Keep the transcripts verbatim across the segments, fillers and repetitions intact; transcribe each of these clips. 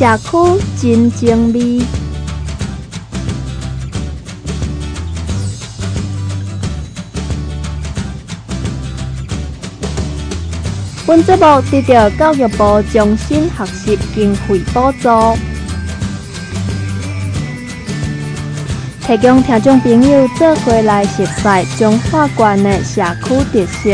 社区真精美。本节目得到教育部终身学习经费补助，提供听众朋友做伙来熟悉彰化县的社区特色。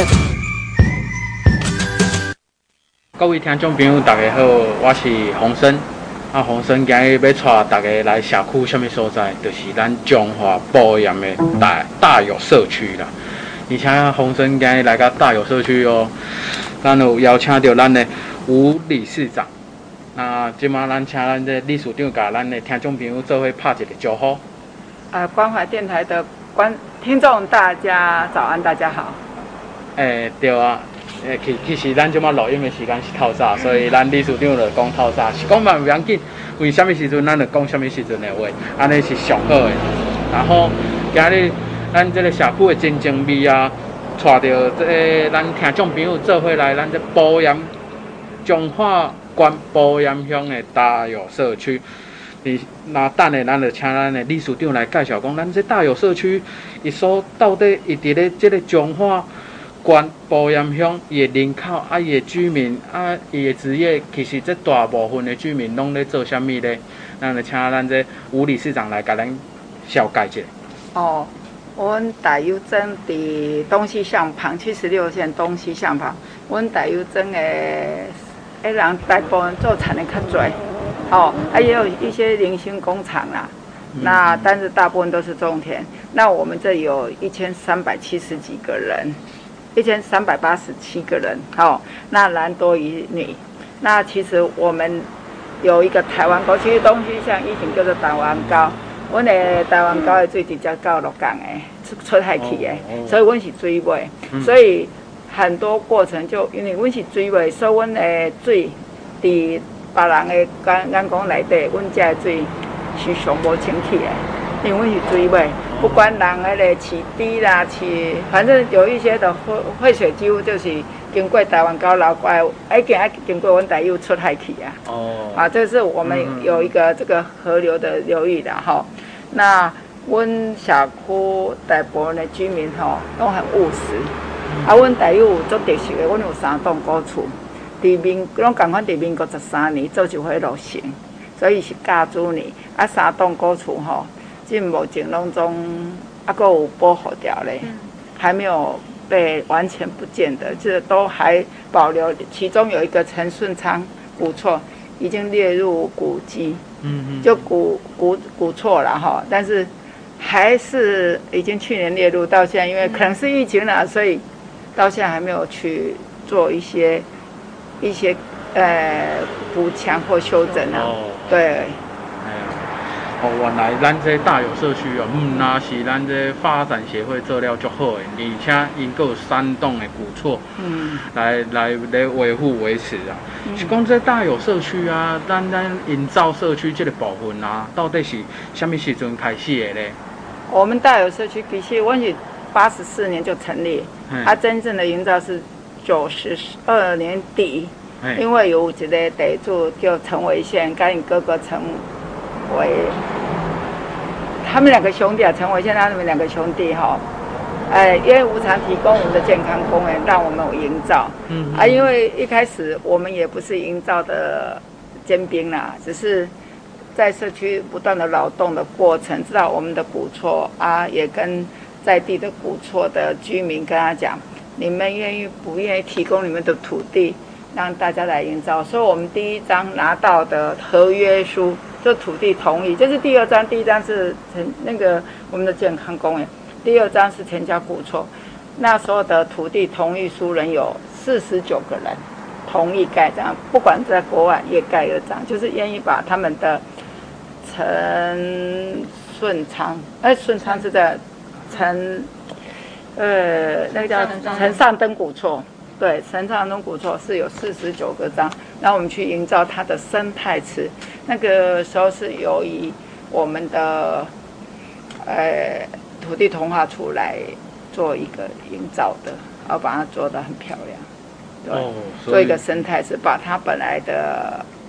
各位听众朋友，大家好，我是洪生。啊，洪生今日要带大家来社区什么所在？就是咱彰化埔盐的大大有社区啦。而且洪生今日来到大有社区哦，咱有邀请到咱的吴理事长。那即马咱请咱的理事长甲咱的听众朋友做伙拍一个招呼。 呃，关怀电台的观听众大家早安，大家好。 诶、欸，对啊。诶，其其实咱即马录音的时间是透早，所以咱理事长就讲透早，是讲嘛唔要紧，为什么时阵咱就讲什么时阵的话，安尼是上好的。然后今日咱这个社区的真精美啊，带着这个咱听众朋友做伙来咱这埔盐彰化县埔盐乡的大有社区。那等下咱就请咱的理事长来介绍讲，咱这大有社区伊所到底伊伫咧这个彰化县埔盐乡伊的人口啊，伊的居民啊，伊的职业，其实这大部分的居民拢咧做啥物咧？咱就请咱这吴理事长来甲咱小解一下。 哦，阮大有庄伫东西向旁，七十六线东西向旁，阮大有庄的诶人大部分做产的较侪，哦，啊也有一些零星工厂啦。嗯、那但是大部分都是种田。那我们这有一千三百七十几个人。一千三百八十七个人，哦，那男多于女。那其实我们有一个台湾沟，其实东西向以前叫做台湾沟。阮的台湾沟的水直接到鹿港的，出出海去的，哦哦、所以阮是水尾，嗯、所以很多过程就因为阮是水尾，所以阮的水伫别人的眼眼光内底，阮遮的水是上无清气的。因为是水尾，不管人迄个饲猪啦，饲反正有一些的废废水几乎就是经过台湾沟流过来，一定要经过阮大有出海去啊。哦。啊，这是我们有一个这个河流的流域的哈。那阮社区大部分的居民吼都很务实，啊，阮大有有足特色的，阮有三栋古厝，伫民拢共款伫民国十三年做一回落成，所以是甲子年啊，三栋古厝吼。进目前拢中啊，还有保护掉嘞，嗯、还没有被完全不见的，这都还保留。其中有一个陈顺昌古厝已经列入古迹，嗯嗯，就古古古厝了哈，但是还是已经去年列入到现在，因为可能是疫情了，所以到现在还没有去做一些一些呃补强或修整啊，哦、对。 哦，原来咱这大有社区哦，唔那是咱这发展协会做了足好的，而且因个有三栋的古厝，嗯，来来来维护维持啊。嗯、是讲这大有社区啊，咱咱营造社区这个部分啊，到底是什么时阵开始的咧？ 我们大有社区其实我是八十四年就成立，它、啊、真正的营造是九十二年底，因为有一个地主叫陈维宪，跟你哥哥陈。为他们两个兄弟啊，陈伟宪他们两个兄弟哈，呃，因为无偿提供我们的健康公园，让我们有营造，嗯啊，因为一开始我们也不是营造的尖兵啦，只是在社区不断的劳动的过程，知道我们的古厝啊，也跟在地的古厝的居民跟他讲，你们愿意不愿意提供你们的土地，让大家来营造，所以我们第一张拿到的合约书。就土地同意，这是第二章，第一章是陈那个我们的健康公园，第二章是陈家古厝。那时候的土地同意书人有四十九个人同意盖章，不管在国外也盖了章，就是愿意把他们的陈顺昌，哎，顺昌是在陈，呃，那个叫陈上登古厝。对，陈上登古厝是有四十九个章，然后我们去营造它的生态池。那个时候是由于我们的呃土地同化处来做一个营造的，然后把它做得很漂亮。对，哦、做一个生态池，把它本来的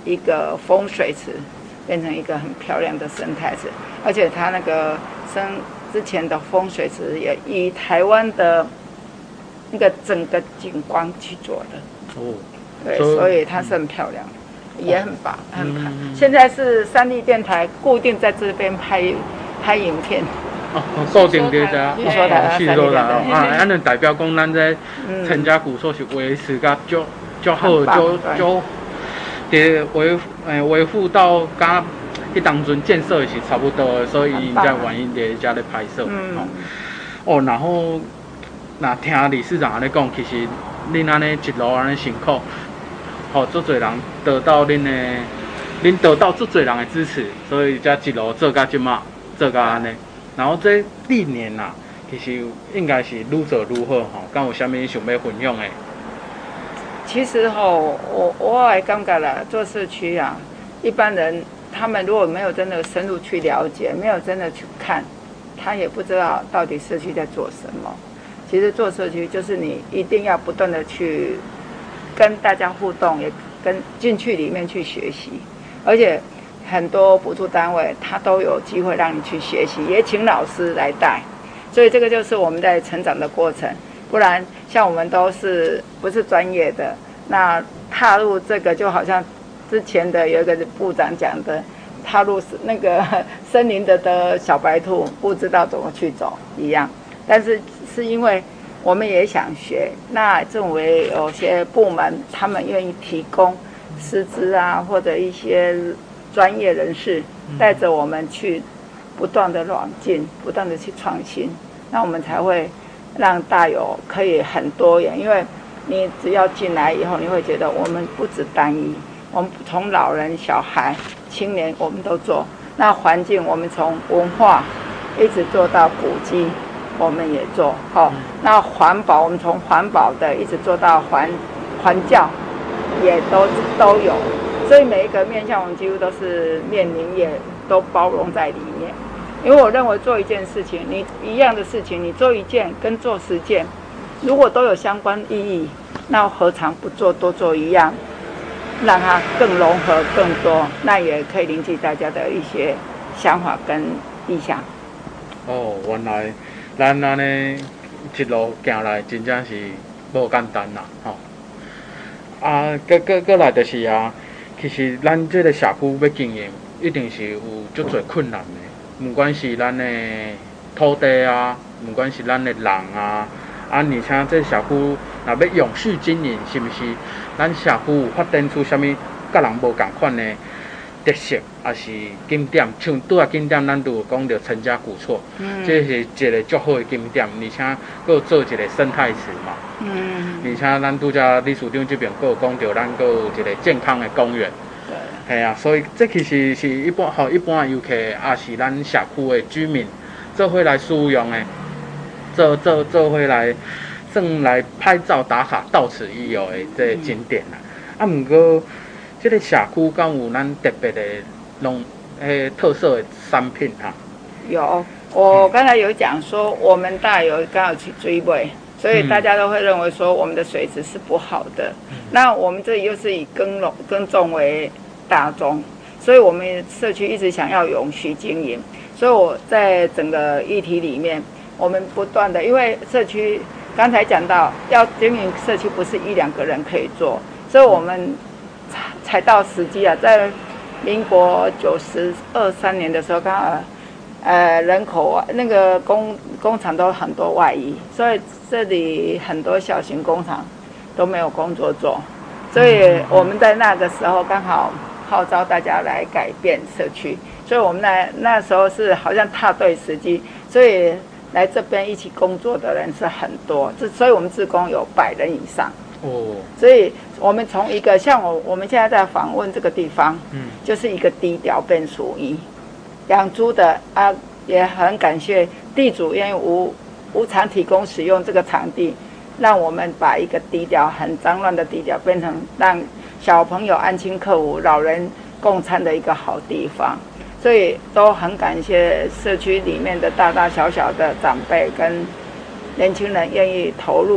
一个风水池，变成一个很漂亮的生态池，而且它那个生之前的风水池也以台湾的那个整个景观去做的。哦，对，所以它是很漂亮，嗯、也很棒，很棒。嗯、现在是三立电台固定在这边拍拍影片。 哦，固定在遮， 据说台， 据说台啊，安尼代表讲咱这陈家古厝是维持甲足足好，足足，伫维诶维护到甲迄当阵建设是差不多的，所以应该原因伫遮咧拍摄。嗯。哦，然后那听理事长安尼讲，其实恁安尼一路安尼辛苦，吼，足侪人得到恁的，恁得到足侪人的支持，所以才一路做到即马，做到安尼。然后这历年呐、啊，其实应该是愈做愈好吼。敢有啥物想要分享的？ 其实吼，我我也感觉啦，做社区啊，一般人他们如果没有真的深入去了解，没有真的去看，他也不知道到底社区在做什么。其实做社区就是你一定要不断的去跟大家互动，也跟进去里面去学习，而且。很多补助单位，他都有机会让你去学习，也请老师来带，所以这个就是我们在成长的过程。不然，像我们都是不是专业的，那踏入这个就好像之前的有一个部长讲的，踏入那个森林的的小白兔，不知道怎么去走一样。但是是因为我们也想学，那政委有些部门他们愿意提供师资啊，或者一些。专业人士带着我们去不断的软进，不断的去创新，那我们才会让大有可以很多元。因为你只要进来以后，你会觉得我们不只单一，我们从老人、小孩、青年我们都做。那环境我们从文化一直做到古迹，我们也做。好、哦，那环保我们从环保的一直做到环环教，也都都有。所以每一个面向，我们几乎都是面临也都包容在里面。因为我认为做一件事情，你一样的事情，你做一件跟做十件，如果都有相关意义，那何尝不做多做一样，让它更融合更多，那也可以引起大家的一些想法跟意向。 哦，原来咱安尼一路行来，真正是无简单啦，吼、哦。啊，搁搁搁来就是啊。其实咱这个社区要经营，一定是有足侪困难的。不管是咱的土地啊，不管是咱的人啊，啊，而且这社区若要永续经营，是不是？咱社区有发展出啥物甲人无共款的特色，也是景点？像拄啊景点，咱都有讲到陈家古厝，嗯、这是一个足好的景点，而且佫有做一个生态池嘛。嗯，而且咱拄则理事长这边佫有讲到，咱佫有一个健康的公园。对。系啊，所以这其实是一般吼一般的游客，也是咱社区的居民做伙来使用的，做做做伙来算来拍照打卡，到此一游的这个景点啦。嗯、啊，毋过这个社区敢有咱特别的农诶特色的产品哈？ 有，我刚才有讲说，我们大有刚好去追尾。所以大家都会认为说我们的水质是不好的，嗯、那我们这里又是以耕农耕种为大宗，所以我们社区一直想要永续经营。所以我在整个议题里面，我们不断的，因为社区刚才讲到要经营社区不是一两个人可以做，所以我们才到时机啊，在民国九十二三年的时候，刚好呃人口那个工工厂都很多外移，所以这里很多小型工厂都没有工作做，所以我们在那个时候刚好号召大家来改变社区，所以我们那那时候是好像踏对时机，所以来这边一起工作的人是很多，所以我们志工有百人以上。哦，所以我们从一个像我我们现在在访问这个地方，嗯，就是一个低调变属于养猪的啊，也很感谢地主愿意无。无偿提供使用这个场地，让我们把一个低调、很脏乱的低调，变成让小朋友安亲课伍、老人共餐的一个好地方。所以都很感谢社区里面的大大小小的长辈跟年轻人愿意投入，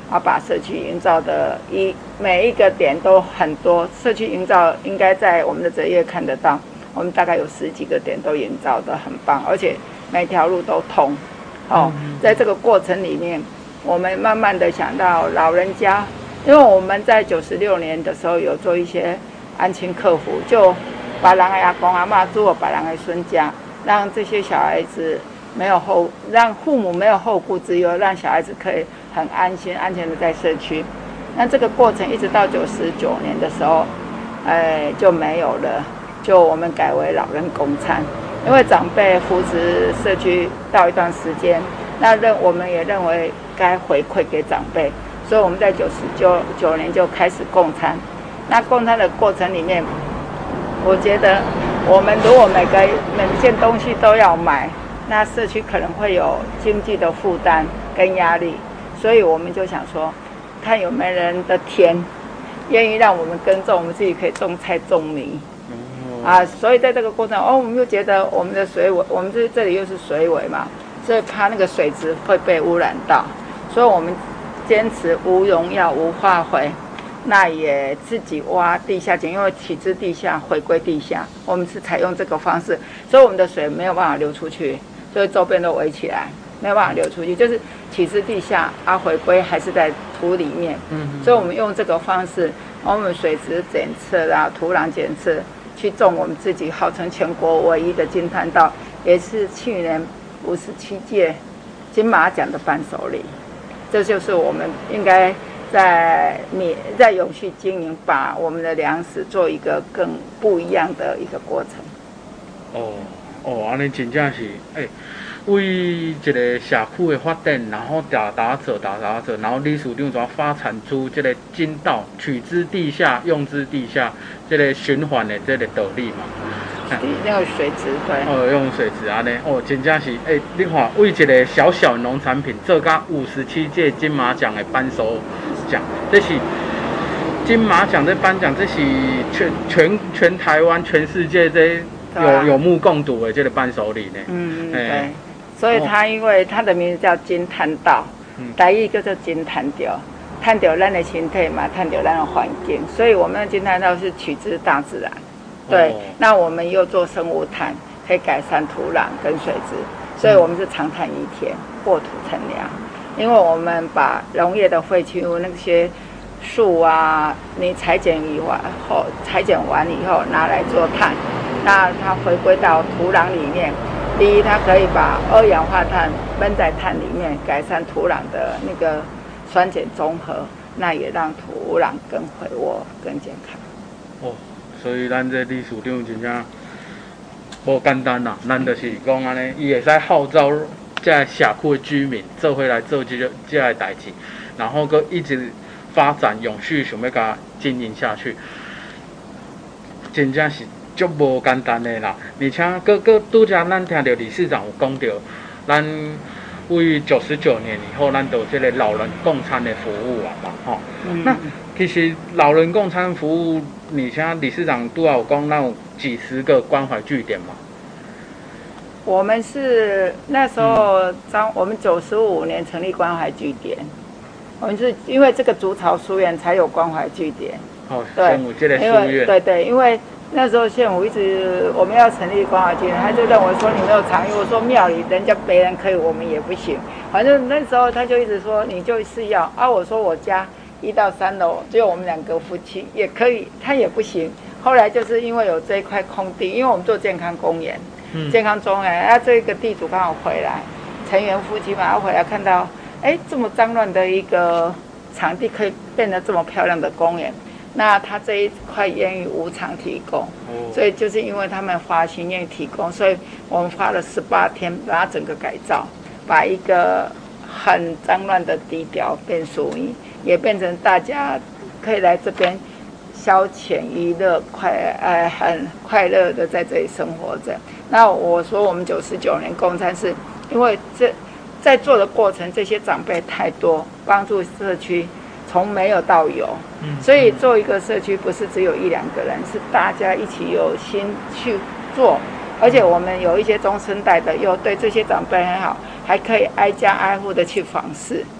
啊，把社区营造的一每一个点都很多。社区营造应该在我们的折页看得到，我们大概有十几个点都营造的很棒，而且每条路都通。哦，在这个过程里面，我们慢慢的想到老人家，因为我们在九十六年的时候有做一些安亲客服，就把人的阿公阿嬷住我把人的孙家，让这些小孩子没有后，让父母没有后顾之忧，让小孩子可以很安心、安全的在社区。那这个过程一直到九十九年的时候，哎就没有了，就我们改为老人共餐，因为长辈扶持社区到一段时间，那认我们也认为该回馈给长辈，所以我们在九十九九年就开始共餐。那共餐的过程里面，我觉得我们如果每个每件东西都要买，那社区可能会有经济的负担跟压力，所以我们就想说，看有没有人的田愿意让我们耕种，我们自己可以种菜种米。啊，所以在这个过程哦，我们就觉得我们的水尾，我们这这里又是水尾嘛，所以怕那个水质会被污染到，所以我们坚持无农药、无化肥，那也自己挖地下井，因为起支地下回归地下，我们是采用这个方式，所以我们的水没有办法流出去，所以周边都围起来，没有办法流出去，就是起支地下，啊回归还是在土里面，嗯，所以我们用这个方式，我们水质检测啊，土壤检测。去种我们自己号称全国唯一的金滩稻，也是去年五十七届金马奖的伴手礼。这就是我们应该在免在永续经营，把我们的粮食做一个更不一样的一个过程。 哦哦，安尼真正是诶。欸为一个社区的发展，然后打打做打打做，然后理事长怎发展出这个金稻取之地下、用之地下，这个循环的这个道理嘛。 那个水质对。 哦，用水质安尼，哦，真正是诶、欸，你看为一个小小农产品做到五十七届金马奖的颁手奖，这是金马奖的颁奖，这是全全全台湾、全世界这有有目共睹的这个伴手礼呢。 嗯，对。所以它因为它的名字叫金滩稻，台语叫做金滩稻，探到咱的身体嘛，探到咱的环境，所以我们的金滩稻是取之大自然。对，哦、那我们又做生物炭，可以改善土壤跟水质，所以我们是长炭一田，破土乘凉。因为我们把农业的废弃物那些树啊，你裁剪以后，裁剪完以后拿来做炭，那它回归到土壤里面。第一，它可以把二氧化碳闷在碳里面，改善土壤的那个酸碱中和，那也让土壤更肥沃、更健康。 哦，所以咱这理事长真正无简单啦，咱就是讲安尼，伊会使号召这社区的居民做伙来做这个这个代志，然后佮一直发展永续，想要甲经营下去，真正是。足无简单的啦，而且搁搁拄则咱听到理事长有讲到，咱为九十九年以后，咱有这个老人共餐的服务啊嘛，吼、哦。嗯、那其实老人共餐服务，你像理事长拄有讲，咱有几十个关怀据点嘛？ 我们是那时候张、嗯，我们九十五年成立关怀据点，我们是因为这个竹巢书院才有关怀据点。 哦，对，有这个书院。 对对，因为。那时候县府一直我们要成立关怀据点，他就认为说你没有常意，我说庙里人家别人可以，我们也不行。反正那时候他就一直说你就是要啊，我说我家一到三楼只有我们两个夫妻也可以，他也不行。后来就是因为有这一块空地，因为我们做健康公园，嗯、健康中园，啊这个地主刚好回来，成员夫妻嘛，他回来看到，哎这么脏乱的一个场地可以变得这么漂亮的公园。那他这一块愿意无偿提供，哦、所以就是因为他们花心愿意提供，所以我们花了十八天把它整个改造，把一个很脏乱的地标变属于，也变成大家可以来这边消遣娱乐，快呃很快乐的在这里生活着。那我说我们九十九年共餐是因为这在做的过程，这些长辈太多，帮助社区。从没有到有，所以做一个社区不是只有一两个人，是大家一起有心去做，而且我们有一些中生代的，又对这些长辈很好，还可以挨家挨户的去访视，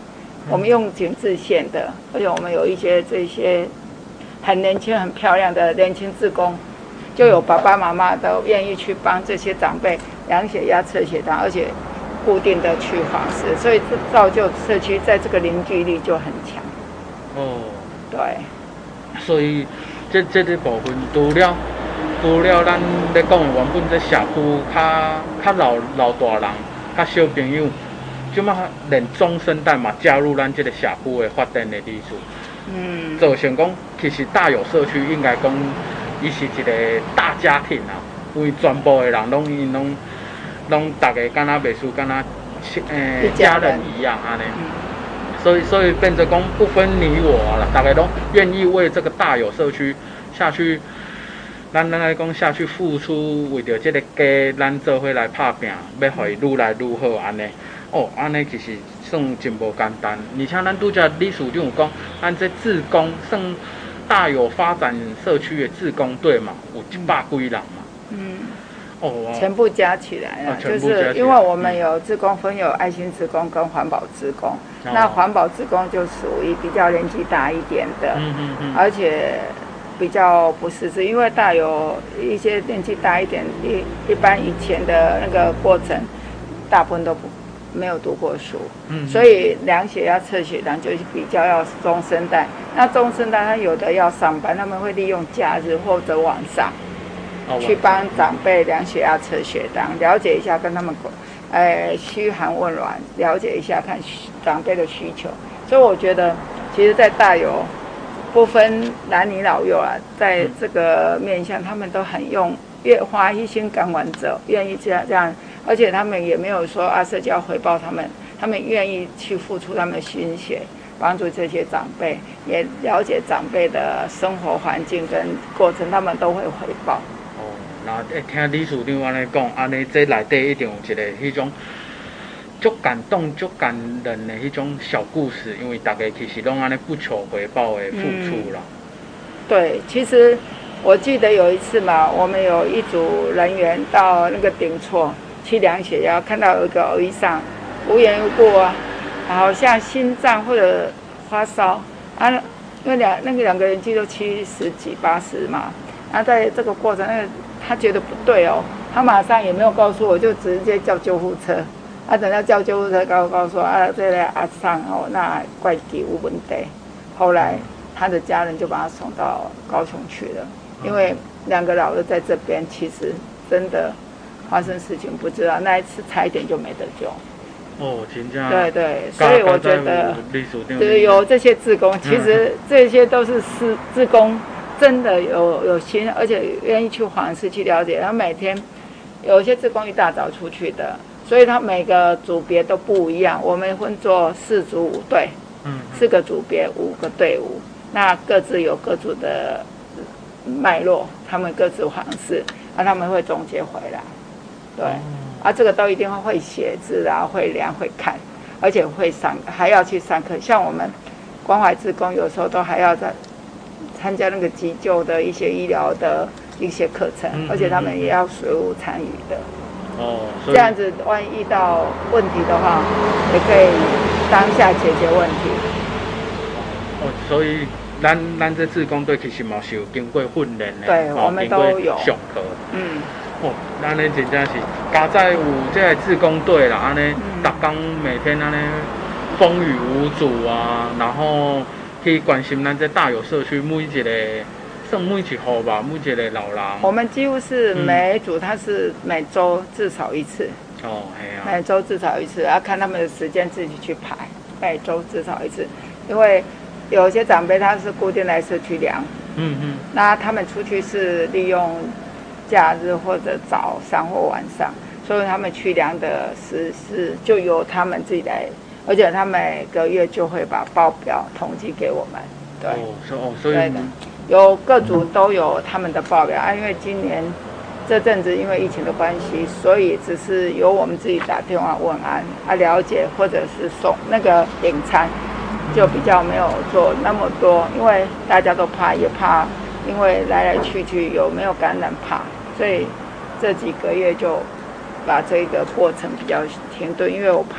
我们用景致线的，而且我们有一些这些很年轻、很漂亮的年轻志工，就有爸爸妈妈都愿意去帮这些长辈量血压、测血糖，而且固定的去访视，所以这造就社区在这个凝聚力就很强。 哦， 对。 所以这这个部分除了除了咱咧讲的原本这社区较较老老大人、较小朋友，即马连中生代嘛加入咱这个社区的发展的历史。嗯。造成讲，其实大有社区应该讲，伊是一个大家庭啊，因为全部的人拢因拢拢大家敢若袂输敢若诶家人一样安尼。所以，所以变成讲不分你我了，大家都愿意为这个大有社区下去，咱咱来讲下去付出，为着这个家，咱做伙来打拼，要互伊愈来愈好安尼。哦，安尼其实算真无简单。而且咱拄则理事长有讲，咱这志工算大有发展社区的志工队嘛，有一百几人嘛。嗯。哦， 全部加起来了，就是因为我们有志工分有爱心志工跟环保志工，嗯、那环保志工就属于比较年纪大一点的，嗯嗯嗯、而且比较不识字，因为大有一些年纪大一点，一一般以前的那个过程，大部分都不没有读过书，嗯、所以量血压、测血糖就是比较要中生代。那中生代他有的要上班，他们会利用假日或者晚上。去帮长辈量血压、测血糖，了解一下，跟他们，呃，嘘寒问暖，了解一下看长辈的需求。所以我觉得，其实，在大有不分男女老幼啊，在这个面向，他们都很用，越花一心感染者，愿意这样这样，而且他们也没有说啊，社交回报他们，他们愿意去付出他们的心血，帮助这些长辈，也了解长辈的生活环境跟过程，他们都会回报。 然后诶，听理事长安尼讲，安尼这内底一定有一个迄种足感动、足感人的迄种小故事，因为大家其实拢安尼不求回报的付出啦、 嗯。对，其实我记得有一次嘛，我们有一组人员到那个顶厝去量血压，看到有一个儿医上无缘无故啊，好像心脏或者发烧啊，因为两那个两个人纪都七十几、八十嘛，啊，在这个过程那个。他觉得不对哦，他马上也没有告诉我，就直接叫救护车。啊，等到叫救护车告告诉啊，这个阿桑哦，那怪体有问题。后来他的家人就把他送到高雄去了，因为两个老的在这边，其实真的发生事情不知道，那一次差一点就没得救。 哦，真正。 对对，所以我觉得，就是有这些志工，其实这些都是志志工。真的有有心，而且愿意去访视去了解。他每天有一些志工一大早出去的，所以他每个组别都不一样。我们分做四组五队，嗯，四个组别五个队伍，那各自有各自的脉络，他们各自访视，啊，他们会总结回来，对，啊，这个都一定会写字啊，会量会看，而且会上还要去上课。像我们关怀志工有时候都还要在。参加那个急救的一些医疗的一些课程，嗯、而且他们也要随务参与的。哦，这样子，万一遇到问题的话，也可以当下解决问题。 哦，所以咱咱这志工队其实嘛是有经过训练的， 对，我们都有上课。嗯。哦，咱呢真正是加在有这个志工队啦，安尼，逐工每天安尼风雨无阻啊，然后。去关心咱这大有社区每一个，算每一户吧，每一个老人。我们几乎是每一组，他是每周至少一次。哦，系啊。每周至少一次，要看他们的时间自己去排。每周至少一次，因为有些长辈他是固定来社区量。嗯嗯。那他们出去是利用假日或者早上或晚上，所以他们去量的时是就由他们自己来。而且他每个月就会把报表统计给我们，对，哦，所以对的，有各组都有他们的报表啊。因为今年这阵子因为疫情的关系，所以只是由我们自己打电话问安啊，了解或者是送那个领餐，就比较没有做那么多，因为大家都怕，也怕因为来来去去有没有感染怕，所以这几个月就把这个过程比较停顿，因为我怕。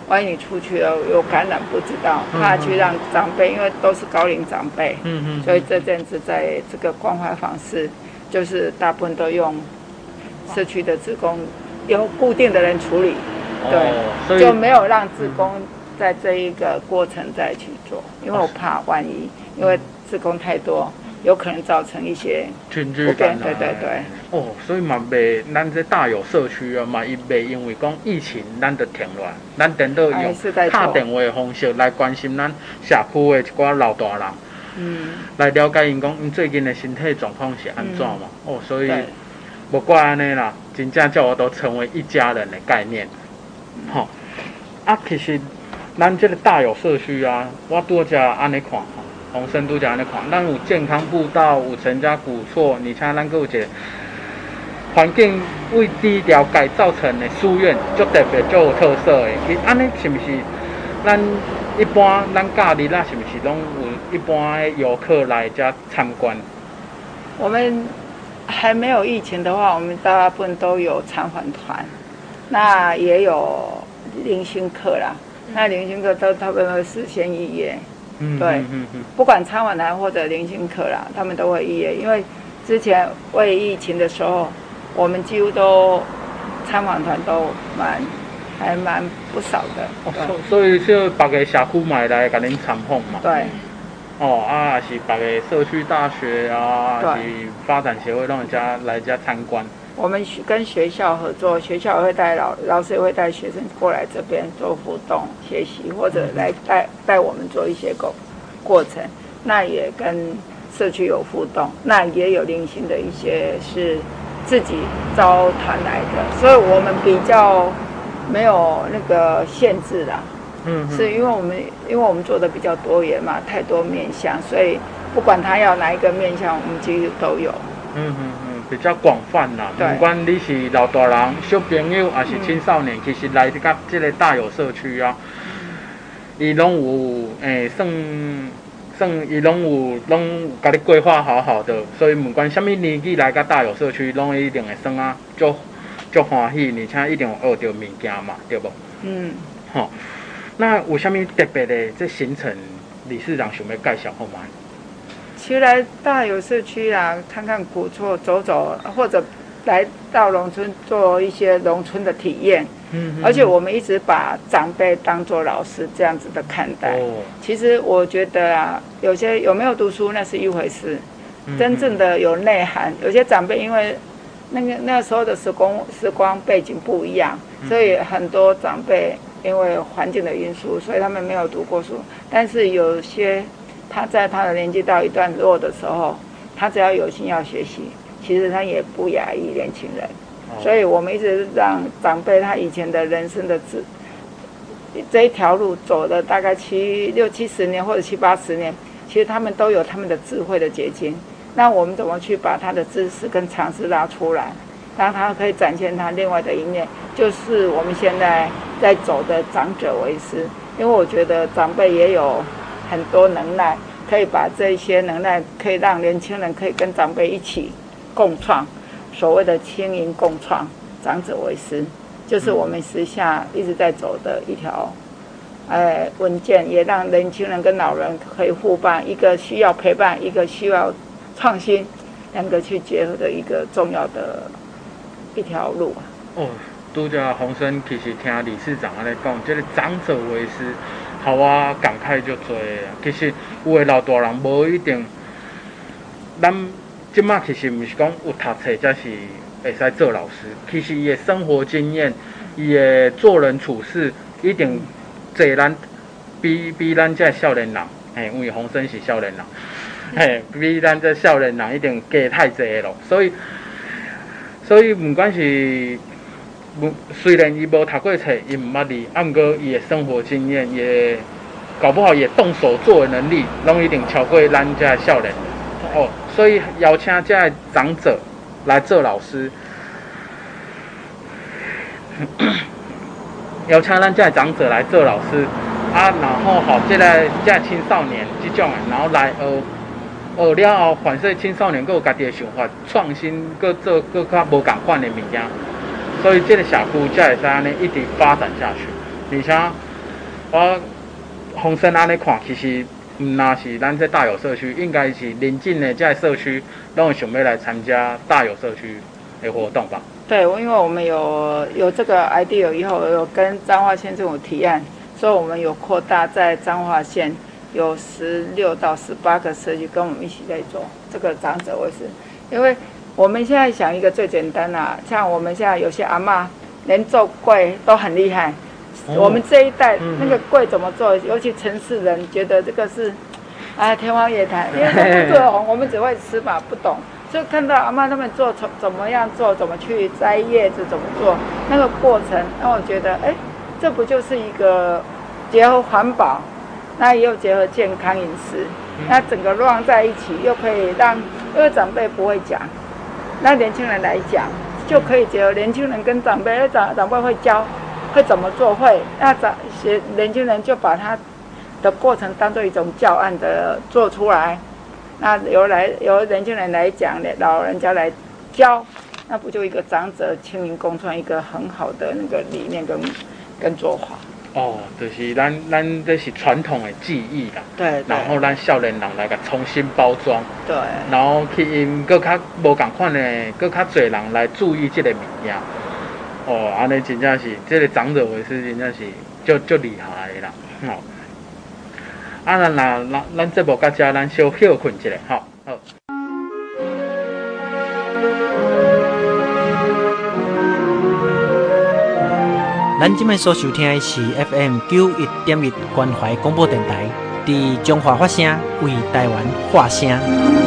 万一你出去了有感染不知道，怕去让长辈，因为都是高龄长辈，嗯嗯，所以这阵子在这个关怀访视，就是大部分都用社区的志工，有固定的人处理，对，就没有让志工在这一个过程再去做，因为我怕万一，因为志工太多。有可能造成一些群聚感染， 对对对。 哦，所以嘛袂，咱这大有社区啊嘛，伊袂因为讲疫情，咱就停落来，咱等到用打电话的方式来关心咱社区的一寡老大人，嗯，来了解因讲因最近的身体状况是安怎嘛？嗯、哦，所以不怪安尼啦，真正叫我都成为一家人的概念，吼、嗯哦。啊，其实咱这个大有社区啊，我拄则安尼看。洪生都讲安尼看，咱有健康步道，有陈家古厝，而且咱阁有一个环境为低调改造成的书院，足特别、足有特色的。其实安尼是毋是咱一般咱假日啦，是毋是拢有一般的游客来遮参观？ 我们还没有疫情的话，我们大部分都有参访团，那也有聆讯课啦。那聆讯课都他们会事先预约。嗯、对，嗯嗯嗯、不管参访团或者聆讯课啦，他们都会预约，因为之前为疫情的时候，我们几乎都参访团都蛮还蛮不少的。 哦，所以就别个社区买来给您参访嘛。 对。 哦啊，是别个社区大学啊，是发展协会让人家来家参观。 我们跟学校合作，学校会带老老师会带学生过来这边做互动学习，或者来带带我们做一些过过程。那也跟社区有互动，那也有零星的一些是自己招团来的，所以我们比较没有那个限制啦。嗯，是因为我们因为我们做的比较多元嘛，太多面向，所以不管他要哪一个面向，我们几乎都有。嗯嗯嗯，比较广泛啦。不管你是老大人、小朋友，还是青少年，嗯、其实来到这个大有社区啊，伊拢有诶，算算伊拢有拢有甲你规划好好的，所以不管什么年纪来到大有社区，拢一定会算啊，足足欢喜，而且一定有学到物件嘛，对不？嗯。好、哦，那有啥物特别的这行程，理事长想要介绍好吗？ 其实来大有社区啊，看看古厝，走走，或者来到农村做一些农村的体验。嗯，而且我们一直把长辈当作老师这样子的看待。哦，其实我觉得啊，有些有没有读书那是一回事，嗯、真正的有内涵。有些长辈因为那个那时候的时光时光背景不一样，所以很多长辈因为环境的因素，所以他们没有读过书。但是有些他在他的年纪到一段落的时候，他只要有心要学习，其实他也不亚于年轻人。哦、所以我们一直让长辈他以前的人生的智这一条路走了大概七六七十年或者七八十年，其实他们都有他们的智慧的结晶。那我们怎么去把他的知识跟常识拉出来，让他可以展现他另外的一面，就是我们现在在走的长者为师。因为我觉得长辈也有很多能耐，可以把这些能耐可以让年轻人可以跟长辈一起共创，所谓的青银共创，长者为师，就是我们时下一直在走的一条呃文件，也让年轻人跟老人可以互伴，一个需要陪伴，一个需要创新，两个去结合的一个重要的一条路啊。 哦，拄则洪生其实听理事长安尼讲，这个长者为师。好啊，感慨就多啊。其实有的老大人无一定，咱即马其实毋是讲有读册才是会使做老师。其实伊的生活经验，伊的做人处事，一定侪咱比比咱这少年人，嘿，因为洪生是少年人，嘿，比咱这少年人一定加太侪咯。所以，所以不管是。虽然伊无读过册，伊毋捌字，啊，毋过伊的生活经验也搞不好也动手做的能力，拢一定超过咱这少年哦。所以邀请这长者来做老师，邀请咱这长者来做老师啊，然后好，这个这青少年这种的，然后来学学了后，反正青少年佫有家己的想法，创新佫做佫较无共款的物件。所以这个社区才会使安尼一直发展下去，而且我洪生安尼看，其实毋那是咱这大有社区，应该是邻近的这社区，拢想要来参加大有社区的活动吧？ 对，因为我们有有这个 idea 以后，有跟彰化县政府提案，所以我们有扩大在彰化县有十六到十八个社区跟我们一起在做这个长者卫生，因为我们现在想一个最简单啦，像我们现在有些阿嬷连做柜都很厉害。我们这一代那个柜怎么做？尤其城市人觉得这个是，哎，天方夜谭，因为都不懂，我们只会吃嘛，不懂。所以看到阿嬷他们做怎怎么样做，怎么去摘叶子，怎么做那个过程，让我觉得，哎，这不就是一个结合环保，那也有结合健康饮食，那整个乱在一起，又可以让因为长辈不会讲，那年轻人来讲就可以结合年轻人跟长辈，长长辈会教。会怎么做会？那长些年轻人就把他的过程当做一种教案的做出来，那由来由年轻人来讲，老人家来教，那不就一个长者亲民共创一个很好的那个理念跟跟做法。 哦，就是咱咱这是传统的技艺啦。 对。 然后咱少年人来个重新包装。 对。 然后去因搁较无共款的，搁较侪人来注意这个物件。哦，安尼真正是，这个长者卫生真正是就就厉害的啦，吼、哦。啊，咱那咱咱节目到这，咱小休困一下，吼、哦。好。 咱今摆所收听的是 F M 九一点一关怀广播电台，伫中华发声，为台湾发声。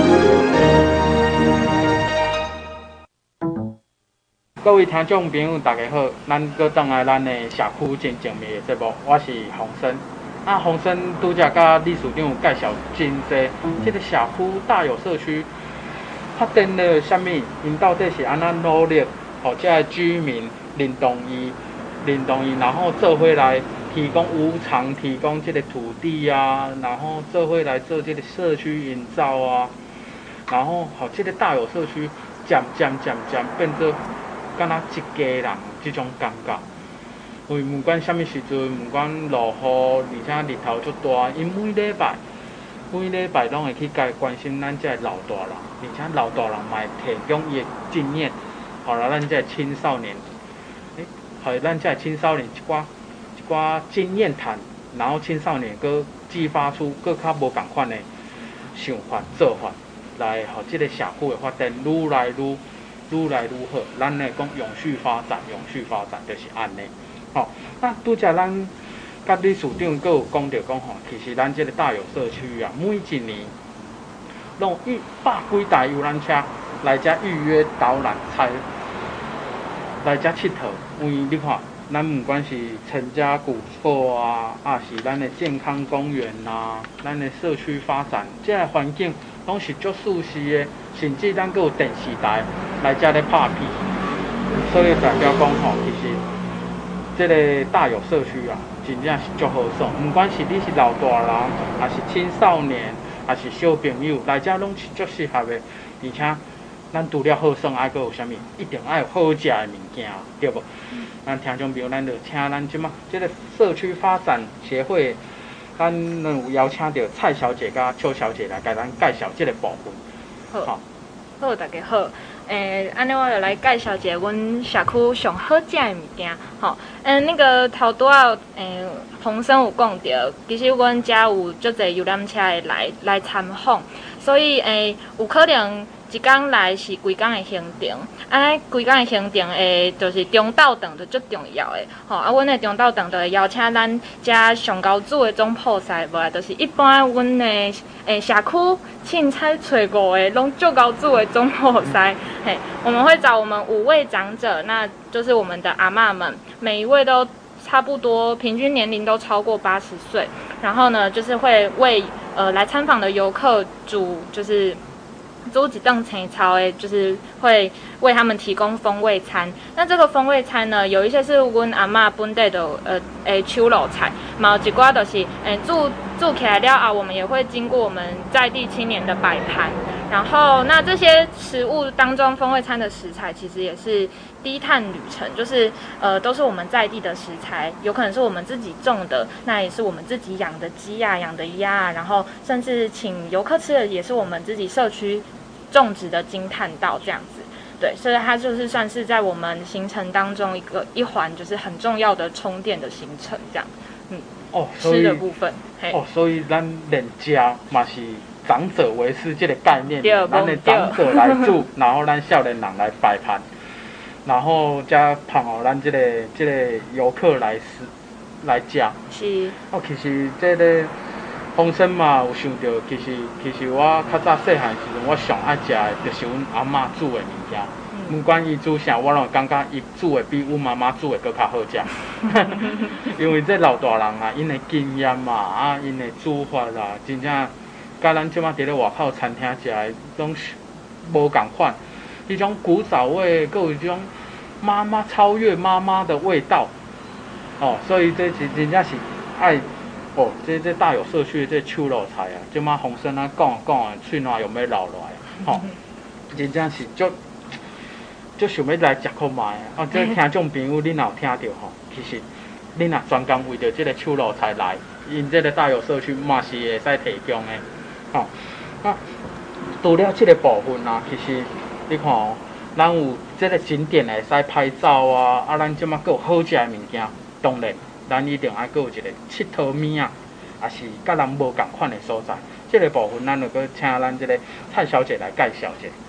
各位听众朋友，大家好，咱搁倒来咱的社区真正面的节目，我是洪生。啊，洪生拄则甲理事长有介绍真济，这个社区大有社区发展了什么？因到底是安怎努力，互这个居民认同伊，认同伊，然后做伙来提供无偿提供这个土地啊，然后做伙来做这个社区营造啊，然后互这个大有社区渐渐渐渐变做。敢若一家人这种感觉，因为不管什么时阵，不管落雨，而且日头足大，因每礼拜每礼拜拢会去该关心咱这老大人，而且老大人嘛会提供伊的经验，互来咱这青少年，诶，互咱这青少年一寡一寡经验谈，然后青少年搁激发出搁较无共款的想法做法，来互这个社区的发展愈来愈。愈来愈好，咱来讲永续发展，永续发展就是安尼。吼、哦，那拄则咱甲理事长阁有讲到讲吼，其实咱这个大有社区啊，每一年拢一百几台游览车来遮预约导览才来遮佚佗。因为你看，咱不管是陈家古厝啊，啊是咱的健康公园啊，咱的社区发展，这个环境拢是足舒适的。甚至咱阁有电视台来遮咧拍片，所以代表讲吼，其实这个大有社区啊，真正是足好耍。不管是你是老大人，还是青少年，还是小朋友，来遮拢是足适合的。而且咱除了好耍，还阁有啥物？一定爱有好食的物件，对无？咱听众朋友，咱就请咱即马这个社区发展协会，咱有邀请到蔡小姐甲邱小姐来给咱介绍这个部分。 好，好，大家好。诶、欸，安尼我就来介绍一下阮社区上好食的物件。吼，嗯，那个头拄仔诶，洪生有讲到，其实阮遮有足侪游览车会来来参访，所以诶、欸，有可能一天来是规工的行程。安尼规工的行程诶，就是中昼顿就足重要的。吼，啊，阮的中昼顿就会邀请咱遮上高组的总铺师，无啊，就是一般阮的诶社区。凊彩找五个拢足高组的总铺师，嘿，我们会找我们五位长者，那就是我们的阿嬷们，每一位都差不多平均年龄都超过八十岁，然后呢，就是会为呃来参访的游客煮就是煮一顿青草诶，就是会为他们提供风味餐。那这个风味餐呢，有一些是阮阿嬷本地的呃诶手路菜，嘛有一寡就是诶煮煮起来了后，我们也会经过我们在地青年的摆盘， 然后那这些食物当中，风味餐的食材其实也是低碳旅程，就是呃都是我们在地的食材，有可能是我们自己种的，那也是我们自己养的鸡啊、养的鸭啊，然后甚至请游客吃的也是我们自己社区种植的金炭稻这样子。对，所以它就是算是在我们行程当中一个一环，就是很重要的充电的行程这样。嗯， 哦， 吃的部分， 哦，所以咱连家嘛是长者为师这个概念，咱的长者来煮，然后咱少年人来摆盘，然后加捧哦，咱这个这个游客来吃来食。 是。 哦，其实这个风生嘛，有想到，其实其实我较早细汉时阵，我上爱食的就是阮阿嬷煮的物件。不管伊煮啥，我拢感觉伊煮的比阮妈妈煮的搁较好食。因为这老大人啊，因的经验嘛，啊，因的煮法啦，真正甲咱即马伫咧外口餐厅食的拢无共款。迄种古早味，搁有一种妈妈超越妈妈的味道。哦，所以这是真正是爱。哦，这这大有社区的这手路菜啊，即马洪生啊讲讲啊，喙暖用要流落来，吼、哦，真正是足足想要来食看卖啊！哦，这听众朋友，恁若有听到吼，其实恁若专工为着这个手路菜来，因这个大有社区嘛是会使提供的，吼、哦。啊，除了这个部分啊，其实你看哦，咱有这个景点会使拍照啊，啊，咱即马搁有好食的物件，当然。咱一定爱搁有一个佚佗面啊，也是甲人无共款的所在。这个部分，咱就搁请咱这个蔡小姐来介绍一下。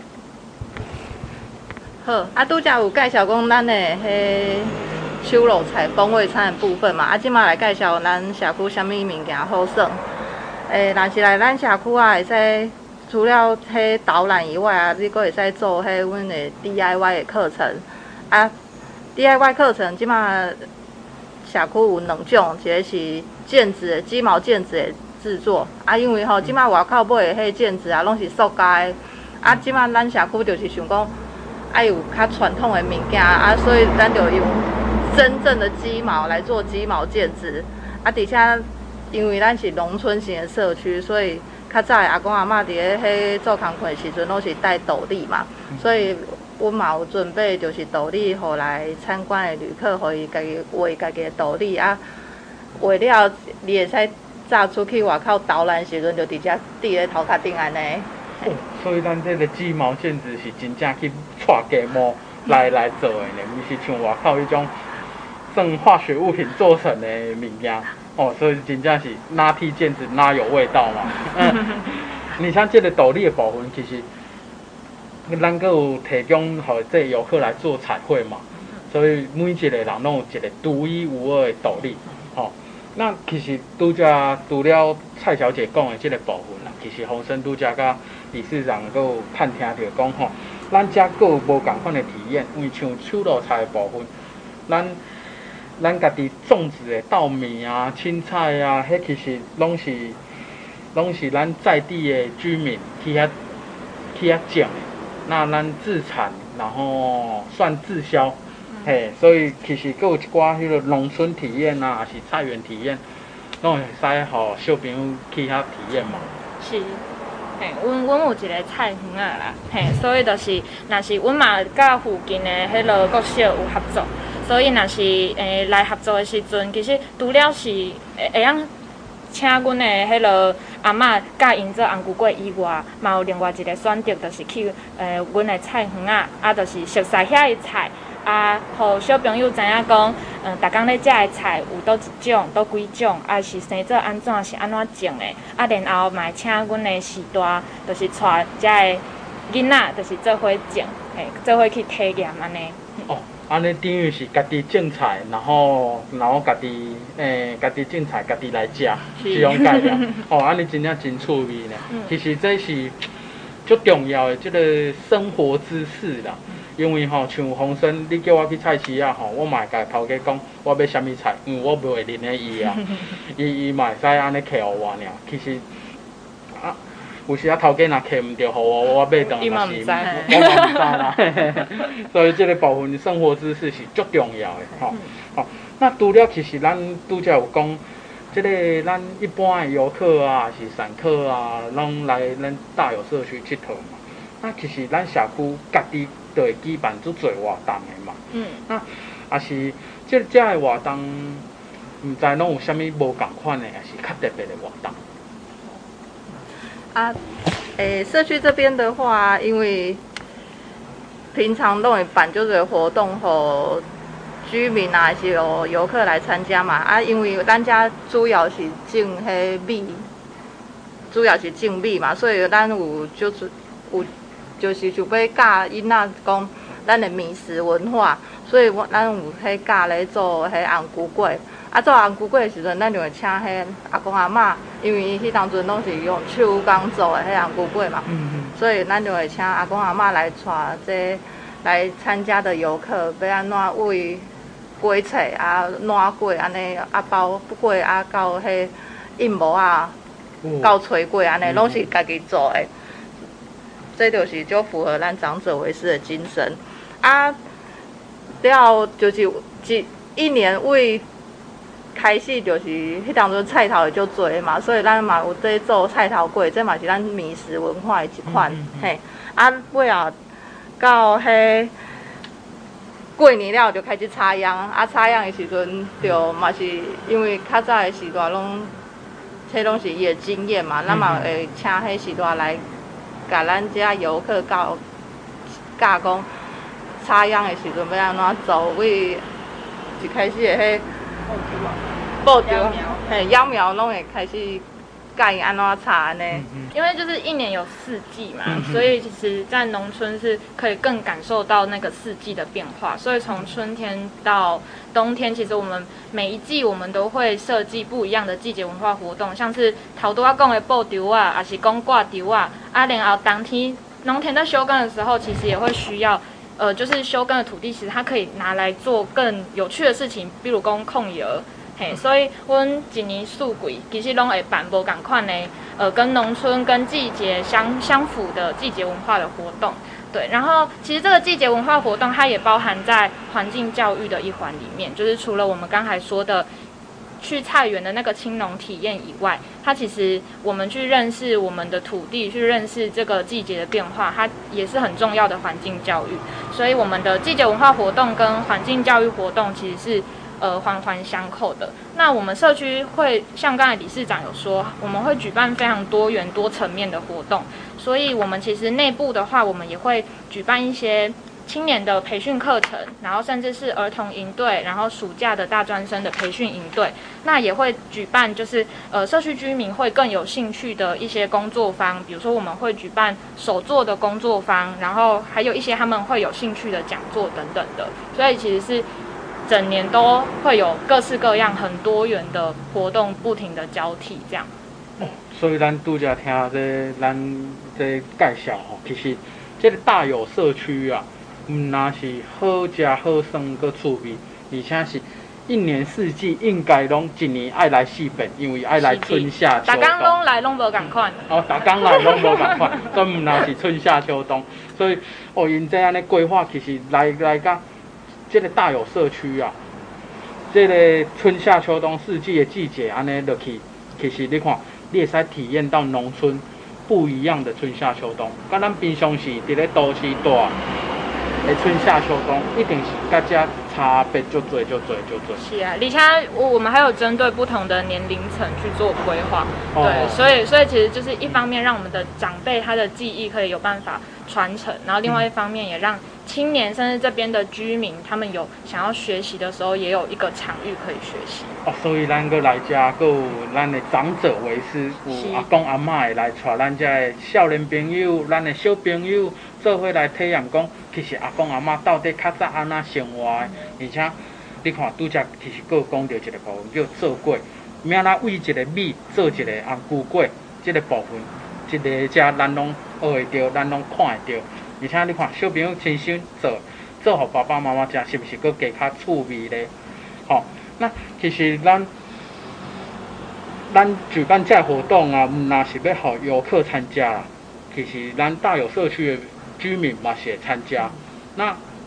好，啊，拄则有介绍讲咱的迄手路菜、风味餐的部分嘛，啊，即马来介绍咱社区啥物物件好耍。诶，若是来咱社区啊，会使除了迄导览以外啊，你阁会使做迄阮的 D I Y 的课程。啊 ，D I Y 课程即马。社区有两种，一个是毽子的鸡毛毽子的制作，啊，因为吼，即马外口买的迄毽子啊，拢是塑胶的，啊，即马咱社区就是想讲，爱有较传统的物件，啊，所以咱就用真正的鸡毛来做鸡毛毽子，啊，而且因为咱是农村型的社区，所以较早的阿公阿嬷伫咧迄做工课的时阵，拢是戴斗笠嘛，所以。阮嘛有准备，就是斗笠，互来参观的旅客，互伊家己画家己的斗笠啊。画了，你会使早出去外口导览时阵，就直接伫咧头壳顶安尼。 哦，所以咱这个鸡毛毽子是真正去带鸡毛来来做的呢，毋是像外口迄种用化学物品做成的物件。哦，所以真正是哪剃毽子哪有味道嘛。嗯，你像这个斗笠的部分，其实。咱阁有提供互这游客来做彩绘嘛，所以每一个人拢有一个独一无二的斗笠，吼、哦。那其实拄则除了蔡小姐讲的这个部分啦，其实洪生拄则甲理事长阁有探听到讲吼，咱遮阁有无共款的体验，因为像手路菜的部分，咱咱家己种植的稻米啊、青菜啊，迄其实拢是拢是咱在地的居民去遐去遐种的。那咱自产，然后算自销，嗯、嘿，所以其实还有一寡迄个农村体验啊，还是菜园体验，拢会使互小朋友去遐体验嘛。 是，嘿，阮阮有一个菜园啊啦，嘿，所以就是，若是阮嘛甲附近的迄落国小有合作，所以若是诶来合作的时阵，其实除了是会会晓请阮的迄落。阿嬷教因做红菇粿以外，嘛有另外一个选择，就是去诶，阮的菜园啊，啊，就是熟悉遐的菜，啊，互小朋友知影讲，嗯，逐工咧食的菜有倒一种，倒几种，啊是生做安怎，是安怎种的，啊，然后嘛请阮的时代，就是带遮的囡仔，就是做伙种，嘿，做伙去体验安尼。 哦。安尼等于是家己种菜，然后然后家己诶，家己种菜，家己来食，这种概念。哦，安尼真正真趣味呢。嗯、其实这是足重要的，这个生活知识啦。因为吼、哦，像洪生，你叫我去菜市啊，吼，我嘛会甲头家讲我要啥物菜，因为我袂认得伊啊，伊伊嘛会使安尼客互我尔。其实啊。有时啊，头家若客唔着，互我我买顿嘛是，我嘛唔知啦。所以这个部分生活知识是足重要的，吼、嗯。吼、哦，那除了其实咱拄则有讲， 即个咱一般的游客啊，是散客啊，拢来咱大有社区佚佗嘛。那其实咱社区家己就会举办足侪活动的嘛。嗯。那也是即遮的活动，毋知拢有啥物无共款的，还是较特别的活动。 啊，诶、欸，社区这边的话，因为平常都会办就是活动吼。居民啊，是有游客来参加嘛？啊，因为咱家主要是种迄米，主要是种米嘛，所以咱有就是有就是想要教囡仔讲咱的米食文化，所以我咱有迄教咧做迄红菇粿。啊，做红菇粿的时阵，咱就会请迄阿公阿嬷，因为迄当阵拢是用手工做的迄红菇粿嘛，嗯嗯，所以咱就会请阿公阿嬷来带这来参加的游客，要安怎为粿菜啊、烂粿安尼啊包粿啊，到迄印模啊，到炊粿安尼，拢是家己做的。这就是就符合咱长者为师的精神啊。了就是一一年为开始就是迄当阵菜头就多嘛，所以咱嘛有在做菜头粿，这嘛是咱米食文化的一款。嗯嗯嗯嘿，啊尾后到迄。过年了就开始插秧，啊插秧的时阵就嘛是因为较早的时代拢，这拢是伊的经验嘛，咱嘛会请迄时代来，甲咱遮游客教教讲插秧的时阵要安怎做，为一开始的迄布条，嘿秧苗拢会开始教伊安怎插安尼。 因为就是一年有四季嘛，嗯、所以其实，在农村是可以更感受到那个四季的变化。所以从春天到冬天，其实我们每一季我们都会设计不一样的季节文化活动，像是头拄仔讲的布条啊，还是讲挂条啊，啊，然后当天农田在休耕的时候，其实也会需要。呃，就是休耕的土地，其实它可以拿来做更有趣的事情，比如讲控油。嘿，所以阮一年四季其实拢会办无共款的，呃，跟农村跟季节相相符的季节文化的活动。对，然后其实这个季节文化活动，它也包含在环境教育的一环里面，就是除了我们刚才说的去菜园的那个青农体验以外，它其实我们去认识我们的土地，去认识这个季节的变化，它也是很重要的环境教育。所以我们的季节文化活动跟环境教育活动其实是呃环环相扣的。那我们社区会像刚才理事长有说，我们会举办非常多元多层面的活动，所以我们其实内部的话，我们也会举办一些青年的培训课程，然后甚至是儿童营队，然后暑假的大专生的培训营队，那也会举办就是呃社区居民会更有兴趣的一些工作坊，比如说我们会举办手作的工作坊，然后还有一些他们会有兴趣的讲座等等的，所以其实是整年都会有各式各样很多元的活动不停的交替这样。 哦，所以咱拄则听这咱这介绍吼，其实这个大有社区啊。唔那是好食好耍搁趣味，而且是一年四季应该拢一年爱来四遍，因为爱来春夏秋冬。 大家拢来拢无共款。 哦，大家来拢无共款，专唔那是春夏秋冬，所以哦，因这安尼规划其实来来甲这个大有社区啊，这个春夏秋冬四季的季节安尼落去，其实你看，你会使体验到农村不一样的春夏秋冬，甲咱平常时伫咧都市住。诶，春夏秋冬一定是大家差别就多就多就多。 是啊，而且我我们还有针对不同的年龄层去做规划， 哦、 对，所以所以其实就是一方面让我们的长辈他的记忆可以有办法传承，然后另外一方面也让青年甚至这边的居民他们有想要学习的时候，也有一个场域可以学习。 哦，所以咱个来遮，还有咱的长者为师，有阿公阿嬷会来带咱遮的少年朋友、咱的小朋友做伙来体验讲。其实阿公阿嬷到底较早安怎生活的，而且你看拄则其实佫有讲到一个部分叫做粿，明仔为一个米做一个红菇粿，这个部分，这个遮咱拢学会着，咱拢看会着。而且你看小朋友亲手做，做互爸爸妈妈食，是不是佫加较趣味咧？吼、哦，那其实咱咱举办这活动啊，毋若是要互游客参加啦，其实咱大有社区的居民嘛是会参加。那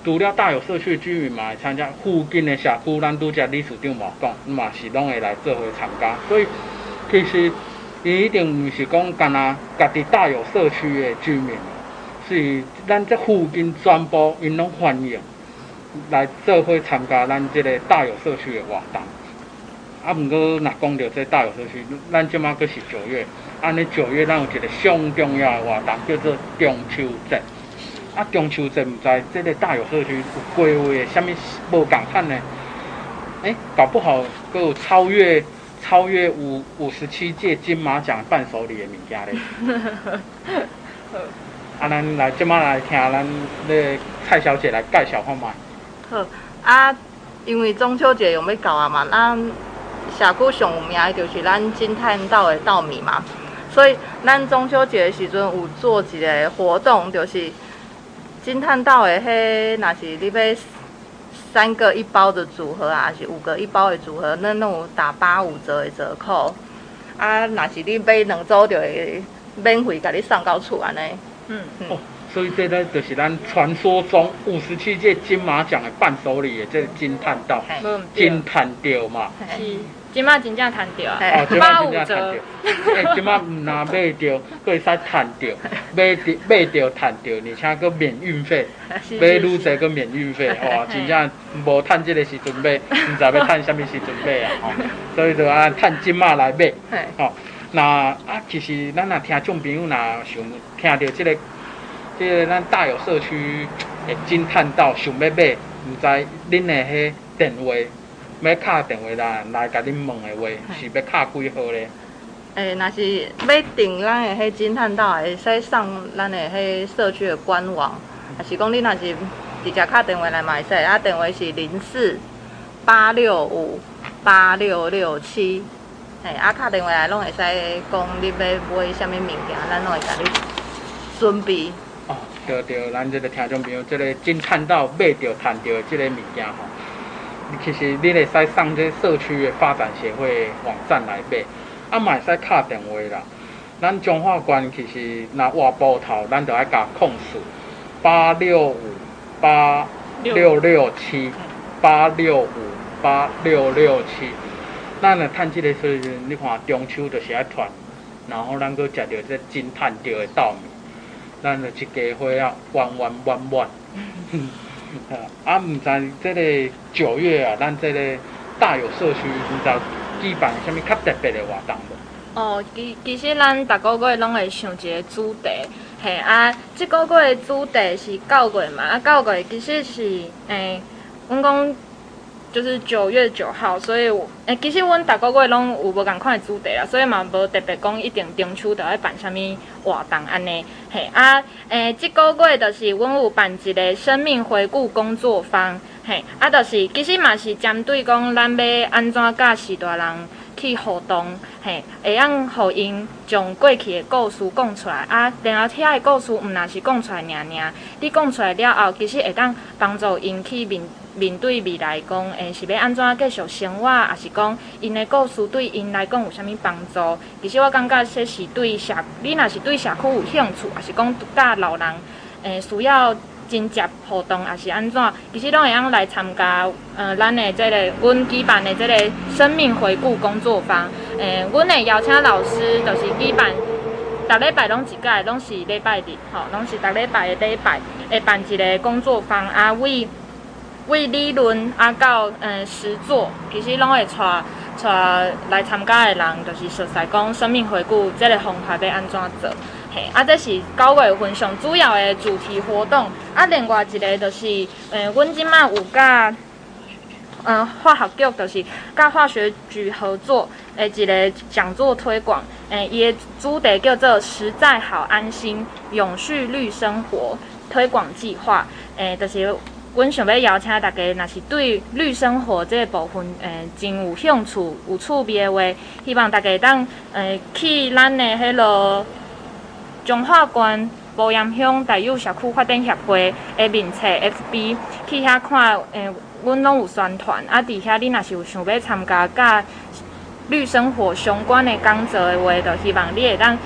除了大有社区的居民嘛会参加，附近的社区咱拄则理事长嘛讲，嘛是拢会来做伙参加。所以其实伊一定毋是讲干那家己大有社区的居民，是咱这附近全部因拢欢迎来做伙参加咱这个大有社区的活动。啊，毋过若讲到这大有社区，咱即马阁是九月，安尼九月咱有一个上重要的活动叫做中秋节。啊，中秋节毋知这个大有社区有规划的啥物无共款呢？哎、欸，搞不好阁有超越超越五五十七届金马奖伴手礼的物件咧。啊，咱来即马来听咱咧蔡小姐来介绍看卖。 好啊，因为中秋节用要到啊嘛，咱社区上有名的就是咱金炭岛的稻米嘛，所以咱中秋节的时阵有做一个活动，就是金炭岛的迄，若是你要三个一包的组合啊，还是五个一包的组合，咱拢有打八五折的折扣。啊，若是你买两组，就会免费甲你送到厝安尼。嗯嗯。哦， 所以这个就是咱传说中五十七届金马奖的伴手礼的这个金炭岛，金炭钓嘛。 是。即马真正赚到啊！ 哦，即马真正赚到。诶，即马毋若买着，佫会使赚到，买着买着赚到，而且佫免运费，买愈济佫免运费，哇！真正无趁即个时阵买，毋知要趁啥物时阵买啊！吼，所以就啊，趁即马来买。吼，那啊，其实咱若听众朋友若想听到即个，即个咱大有社区的金炭岛想要买，毋知恁的迄电话。要敲电话来来甲恁问的话，是要敲几号咧？ 诶、欸，若是要订咱的迄金炭岛，会使上咱的迄社区的官网，还是讲你若是直接敲电话来嘛会使？啊，电话是零四八六五八六六七，嘿，啊，敲电话来拢会使讲你要买啥物物件，咱拢会甲你准备。 哦，对对，咱这个听众朋友，这个金炭岛买着赚着的这个物件吼。其实你会使上这社区的发展协会网站来买，啊嘛会使敲电话啦。咱彰化县其实若活埔头，咱就爱甲控诉八六五八六六七八六五八六六七。咱若趁即个时阵，你看中秋就是爱团，然后咱搁食着这金炭钓的稻米，咱就一家伙啊，弯弯弯弯。啊，毋知这个九月啊，咱这个大有社区，毋知举办啥物较特别的活动无？ 哦，其其实咱逐个月拢会想一个主题，嘿啊，即个月的主题是九月嘛，啊九月其实是诶，阮讲就是九月九号，所以诶，其实阮逐个月拢有无共款的主题啦，所以嘛无特别讲一定中秋就要办啥物活动安尼。嘿啊，诶，即个月就是阮有办一个生命回顾工作坊，嘿啊，就是其实嘛是针对讲咱要安怎甲时代人去互动，嘿，会用互因将过去的故事讲出来啊，然后遐的故事毋若是讲出来尔尔，你讲出来了后，其实会当帮助因去面面对未来，讲诶是要安怎继续生活，还是讲因的故事对因来讲有啥物帮助？其实我感觉这是对社，你若是对社区有兴趣，还是讲甲老人诶需要真接互动，还是安怎？其实拢会用来参加，呃，咱的这个阮举办的这个生命回顾工作坊。诶，阮会邀请老师，就是举办，逐礼拜拢一届，拢是礼拜日，吼，拢是逐礼拜的礼拜会办一个工作坊啊，为为理论啊到呃实作，其实拢会带带来参加的人，就是熟悉讲生命回顾这个方法要安怎做。嘿，啊，这是九月份上主要的主题活动。啊，另外一个就是，呃，阮即摆有甲，呃，化学局就是甲化学局合作的一个讲座推广。诶，伊的主题叫做“实在好安心，永续绿生活”推广计划。诶，就是。阮想要邀请大家，若是对绿生活这个部分，诶，真有兴趣、有趣味的话，希望大家当诶去咱的迄落彰化县埔盐乡大有社区发展协会的面册 F B 去遐看，诶，阮拢有宣传。啊，伫遐你若是有想要参加甲绿生活相关的讲座的话，就希望你会当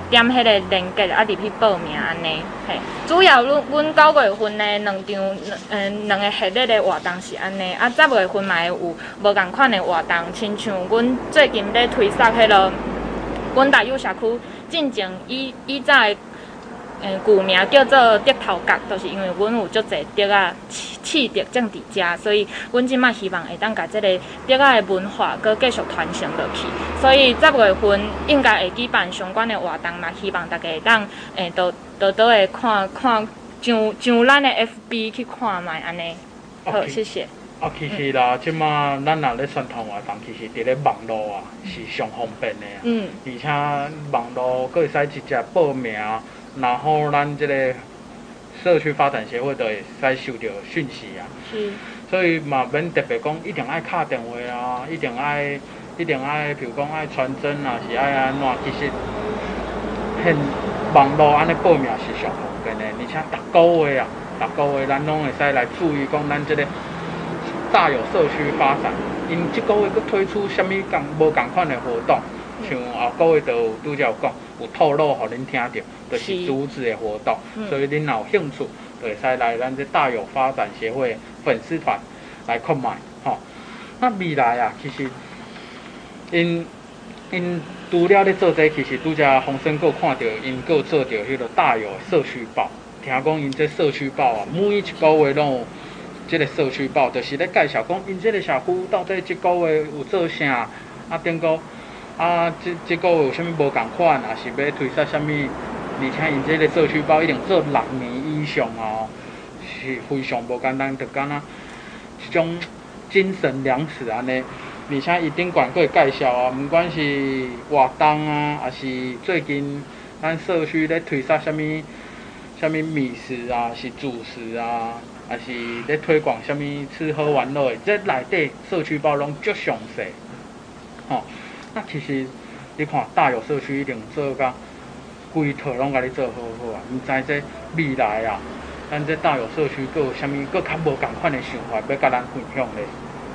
点迄个连结啊入去报名安尼，嘿。主要阮阮九月份的两场，嗯，两个系列的活动是安尼，啊，十月份嘛会有无共款的活动，亲像阮最近咧推送迄个，阮大有社区进前以以早的。诶，旧名叫做竹头角，就是因为阮有足侪竹啊，气气竹种伫遮，所以阮即摆希望会当甲即个竹仔的文化搁继续传承落去。所以十月份应该会举办相关的活动嘛，希望大家会当诶，多多多会看看上上咱的 F B 去看卖安尼。好， Okay. 谢谢。 啊，其实啦，即马咱若咧宣传活动，其实伫咧网络啊是上方便的啊。 嗯。 而且网络佫会使直接报名。然后咱这个社区发展协会就会使收到讯息啊， 是， 所以嘛免特别讲一定爱敲电话啊，一定爱一定爱，比如讲爱传真啊，是爱安怎？其实现网络安尼报名是上方便的，而且逐个月啊，逐个月咱拢会使来注意讲咱这个大有社区发展，因即个月佫推出啥物共无共款的活动。像后个月就有拄则有讲，有透露互恁听到，就是竹子的活动，嗯、所以恁若有兴趣，就会使来咱这大有发展协会粉丝团来看卖，吼。那未来啊，其实因因除了咧做这個，其实拄则洪生哥看到因佫做着迄个大有社区报，听讲因这社区报啊，每一个月拢有这个社区报，就是咧介绍讲因这个社区到底这个月有做啥，啊，顶个。啊，即即个有啥物无共款，也是要推出啥物？而且因这个社区报一定做六年以上哦，是非常无简单，就敢若一种精神粮食安尼。而且伊顶管佫会介绍啊，毋管是活动啊，还是最近咱社区咧推出啥物啥物美食啊，是主食啊，还是咧推广啥物吃喝玩乐的，这内底社区报拢足详细，吼、哦。那其实你看大有社区一定做甲规套拢甲你做好好啊！毋知这未来啊，咱这大有社区佫有啥物佫较无共款的想法要甲咱分享咧？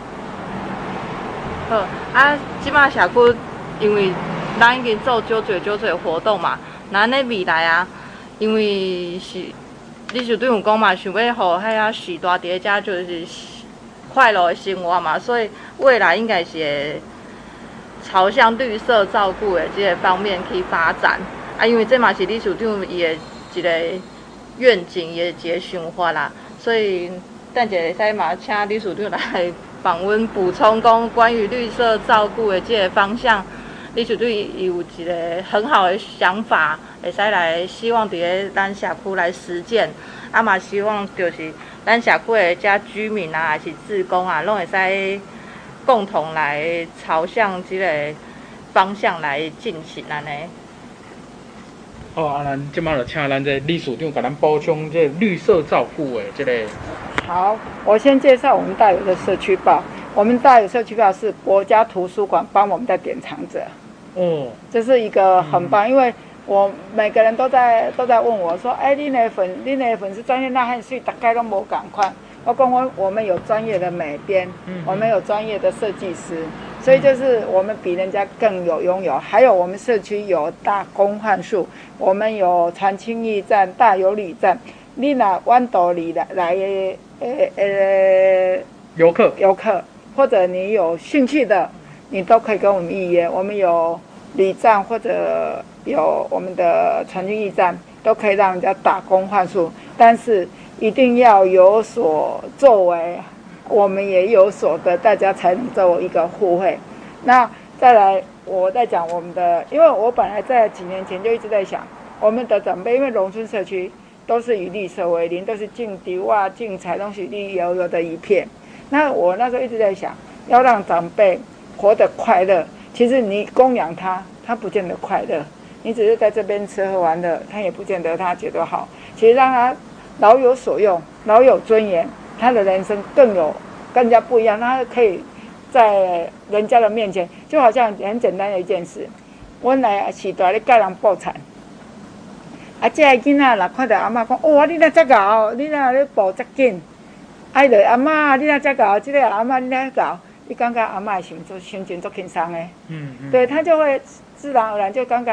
好啊，即摆社区因为咱已经做少侪少侪活动嘛，咱咧未来啊，因为是你就对我讲嘛，想要互遐啊时代伫遮就是快乐的生活嘛，所以未来应该是会。朝向绿色照顾的这个方面去发展啊，因为这嘛是理事长伊的一个愿景，也一个想法啦。所以等下会使嘛，请理事长来帮阮补充讲关于绿色照顾的这个方向，理事长伊有一个很好的想法，会使来希望伫咧咱社区来实践。啊嘛，希望就是咱社区的遮居民啊，还是志工啊，拢会使。共同来朝向这个方向来进行安尼。 好啊，咱即马就请咱这理事长给咱补充这绿色照顾的这个。 好，我先介绍我们大有的社区报。我们大有社区报是国家图书馆帮我们的典藏者。哦，这是一个很棒，嗯、因为我每个人都在都在问我说，哎，你那粉你那粉丝专业那汉水大概都无赶快。包括我我们有专业的美编，嗯、我们有专业的设计师，所以就是我们比人家更有拥有。还有我们社区有大公幻术，我们有传青驿站、大有里站，你拿弯斗里来来呃呃游客游客，或者你有兴趣的，你都可以跟我们预约。我们有里站或者有我们的传青驿站，都可以让人家打工换术，但是。一定要有所作为，我们也有所得，大家才能做一个互惠。那再来，我在讲我们的，因为我本来在几年前就一直在想，我们的长辈，因为农村社区都是以绿色为邻，都是种植啊、种菜，都是绿油油的一片。那我那时候一直在想，要让长辈活得快乐。其实你供养他，他不见得快乐；你只是在这边吃喝玩乐，他也不见得他觉得好。其实让他老有所用，老有尊严，他的人生更有更加不一样。他可以在人家的面前，就好像很简单的一件事。我来时代咧教人报产，啊，这个囡仔若看到阿嬷讲，哇，你哪遮搞？你哪咧报遮紧？啊，就阿嬷，你哪遮搞？这个阿嬷你哪搞？你感觉阿嬷心做心情做轻松的，嗯嗯，对他就会自然而然就感觉。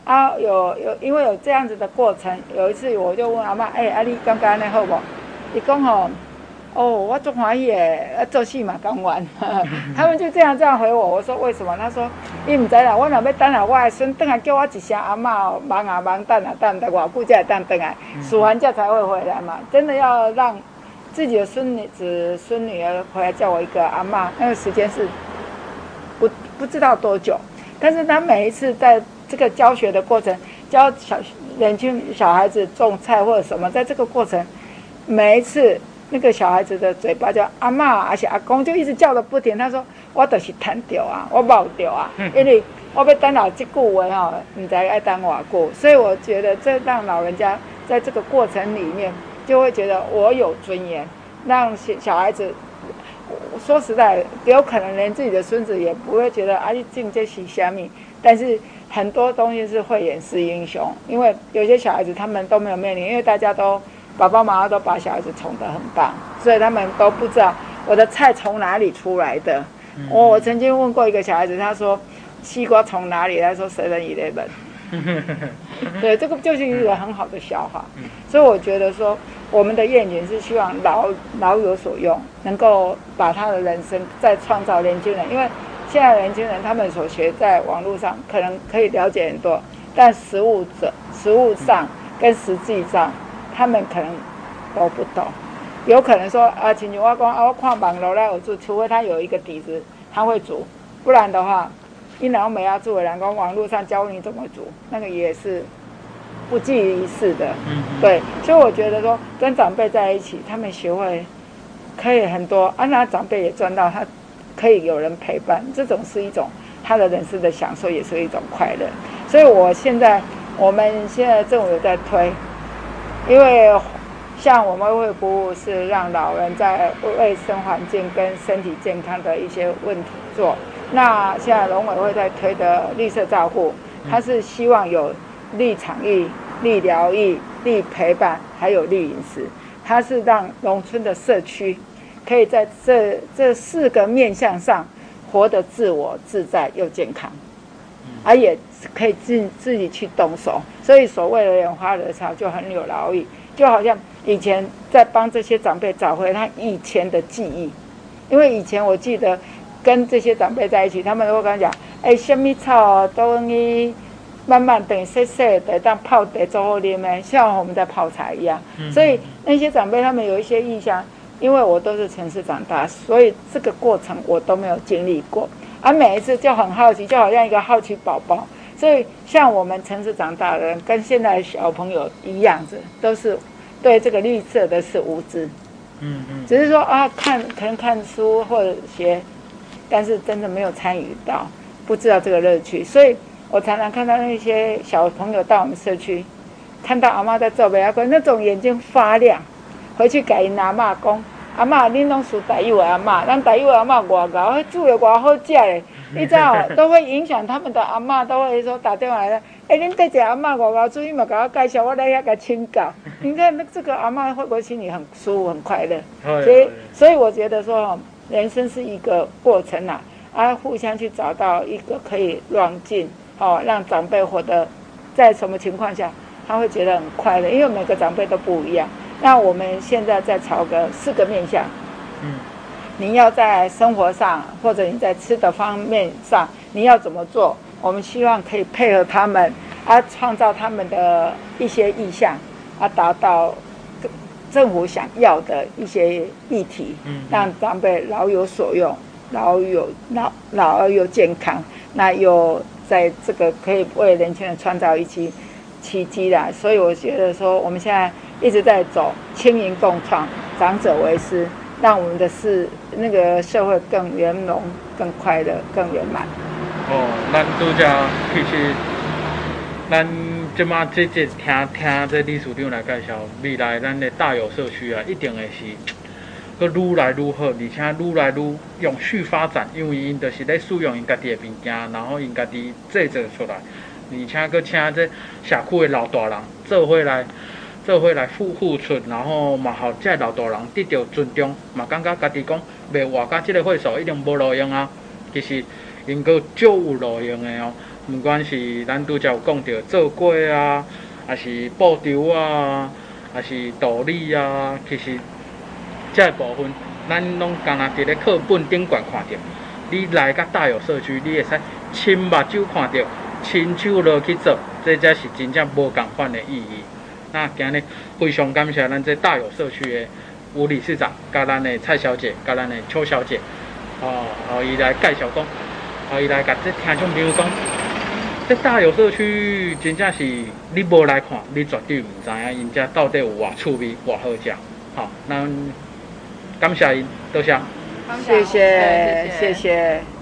啊，有有因为有这样子的过程，有一次我就问阿嬷，哎、欸，啊你感觉安尼好无？伊讲吼，哦，我足欢喜诶，啊做戏嘛讲完，他们就这样这样回我。我说为什么？他说伊唔知啦，我若要等下我的孙等下叫我一声阿嬷哦，忙啊忙，等啊等，等偌久才会等等来，数完假才会回来嘛。真的要让自己的孙子孙女儿回来叫我一个阿嬷，那个时间是不不知道多久，但是他每一次在这个教学的过程，教小年轻小孩子种菜或者什么，在这个过程，每一次那个小孩子的嘴巴叫阿嬷，而且阿公就一直叫的不停。他说：“我就是贪掉啊，我冇掉啊，因为我要等老这句话哈，唔知爱等偌久。”所以我觉得这让老人家在这个过程里面就会觉得我有尊严，让小孩子。说实在，有可能连自己的孙子也不会觉得啊，你进这是虾米，但是很多东西是慧眼识英雄，因为有些小孩子他们都没有面临，因为大家都爸爸妈妈都把小孩子宠得很棒，所以他们都不知道我的菜从哪里出来的。嗯、我我曾经问过一个小孩子，他说西瓜从哪里来？说 seven eleven。对，这个就是一个很好的笑话。所以我觉得说，我们的愿景是希望老老有所用，能够把他的人生再创造年轻人。因为现在年轻人他们所学在网络上可能可以了解很多，但实务者实务上跟实际上，他们可能都不懂。有可能说啊，亲像我讲啊，我看网络来有煮，除非他有一个底子，他会煮，不然的话。因老美要煮的人讲网络上教你怎么煮，那个也是不计一事的。嗯，对，所以我觉得说跟长辈在一起，他们学会可以很多，啊，那长辈也赚到他可以有人陪伴，这种是一种他的人生的享受，也是一种快乐。所以我现在我们现在政府有在推，因为像我们卫福部是让老人在卫生环境跟身体健康的一些问题做。那现在农委会在推的绿色照护，它是希望有绿场域、绿疗愈、绿陪伴，还有绿饮食。它是让农村的社区可以在这这四个面向上活得自我自在又健康，而也可以自自己去动手。所以所谓的莲花惹草就很有劳益，就好像以前在帮这些长辈找回他以前的记忆，因为以前我记得。跟这些长辈在一起，他们都会跟他讲，哎、欸，什么草都容易慢慢等细细的，当泡茶做好啉的，像我们在泡茶一样。嗯、所以那些长辈他们有一些意向，因为我都是城市长大，所以这个过程我都没有经历过，而、啊、每一次就很好奇，就好像一个好奇宝宝。所以像我们城市长大的人，跟现在的小朋友一样子，都是对这个绿色的是无知。嗯嗯，只是说啊，看可能看书或者学。但是真的没有参与到，不知道这个乐趣，所以我常常看到那些小朋友到我们社区，看到阿嬷在做白龟，那种眼睛发亮，回去给因阿嬷讲，阿嬷恁拢属台语的阿嬷，咱台语的阿嬷偌高，煮的偌好食嘞，你知道都会影响他们的阿嬷，都会说打电话来了，哎、欸，恁这个阿嬷偌高，注意嘛，给我介绍，我来遐个请教。你看那这个阿嬷会不会心里很舒服、很快乐？所以，所以我觉得说。人生是一个过程啊，啊，互相去找到一个可以让进，哦，让长辈活得在什么情况下他会觉得很快乐，因为每个长辈都不一样。那我们现在在朝个四个面向，嗯，你要在生活上或者你在吃的方面上，你要怎么做？我们希望可以配合他们，啊，创造他们的一些意向，啊，达到。政府想要的一些议题，让长辈老有所用，老有老老而又健康，那又在这个可以为年轻人创造一期奇迹啦。所以我觉得说，我们现在一直在走青银共创，长者为师，让我们的事那个社会更圆融、更快乐、更圆满。 哦，咱拄则其实咱。即马这这听听这李处长来介绍，未来咱的大有社区啊，一定会是，佮愈来愈好，而且愈来愈永续发展，因为因就是咧使用因家己的物件，然后因家己制作出来，而且佮请这社区的老大人做伙来，做伙来付付出，然后嘛，互这老大人得到尊重，嘛感觉家己讲袂活甲这个岁数一定无路用啊，其实因佮足有路用的哦。 不管是咱拄则有讲到做粿啊，还是布条啊，还是道理啊，其实这部分咱拢敢若伫咧课本顶悬看到。你来到大有社区，你会使亲目睭看到，亲手落去做，这才是真正无共款的意义。那今日非常感谢咱这大有社区的吴理事长，甲咱的蔡小姐，甲咱的邱小姐，哦，互伊来介绍讲，互伊来甲这听众朋友讲。这大有社区真正是你无来看，你绝对唔知影因遮到底有偌趣味、偌好食。好，咱感谢因，多谢。 谢谢，谢谢。